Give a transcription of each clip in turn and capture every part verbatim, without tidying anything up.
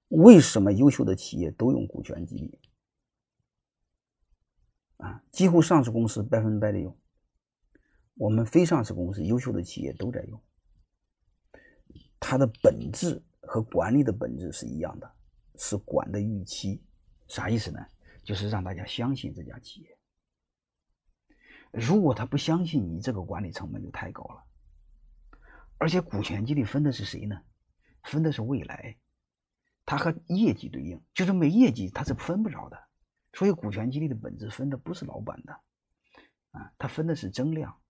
为什么优秀的企业都用股权激励？啊，几乎上市公司百分百的用，我们非上市公司优秀的企业都在用。它的本质和管理的本质是一样的，是管的预期。啥意思呢？就是让大家相信这家企业。如果他不相信你，这个管理成本就太高了。而且股权激励分的是谁呢？分的是未来，它和业绩对应，就是没业绩它是分不着的。所以股权激励的本质分的不是老板的，啊，它分的是增量，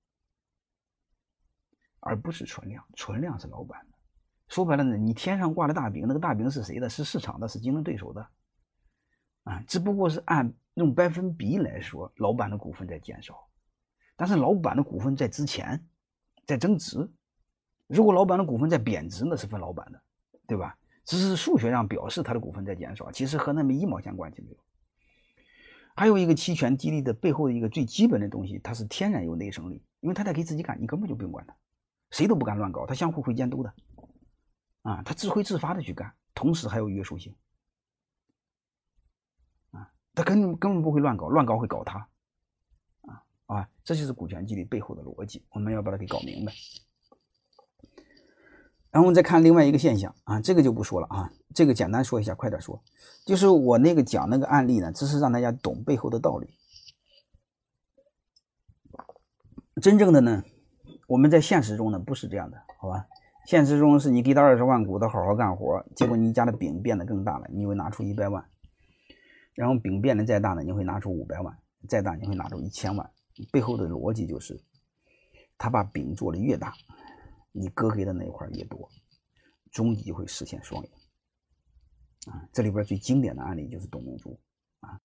而不是存量，存量是老板的。说白了呢，你天上挂的大饼，那个大饼是谁的？是市场的，是竞争对手的，啊，只不过是按用百分比来说，老板的股份在减少，但是老板的股份在之前在增值。如果老板的股份在贬值，那是分老板的，对吧？只是数学上表示他的股份在减少，其实和那没一毛钱关系没有。还有一个期权激励的背后的一个最基本的东西，它是天然有内生力，因为他在给自己干，你根本就不用管他，谁都不敢乱搞，他相互会监督的，啊，他自会自发的去干，同时还有约束性，啊，他根本根本不会乱搞，乱搞会搞他，啊啊，这就是股权激励背后的逻辑，我们要把它给搞明白。然后我们再看另外一个现象啊，这个就不说了啊，这个简单说一下，快点说。就是我那个讲那个案例呢，只是让大家懂背后的道理。真正的呢，我们在现实中呢不是这样的，好吧？现实中是你给他二十万股，他好好干活，结果你家的饼变得更大了，你会拿出一百万，然后饼变得再大呢，你会拿出五百万，再大你会拿出一千万。背后的逻辑就是，他把饼做得越大，你割给的那一块越多，终极会实现双赢。啊，这里边最经典的案例就是董明珠。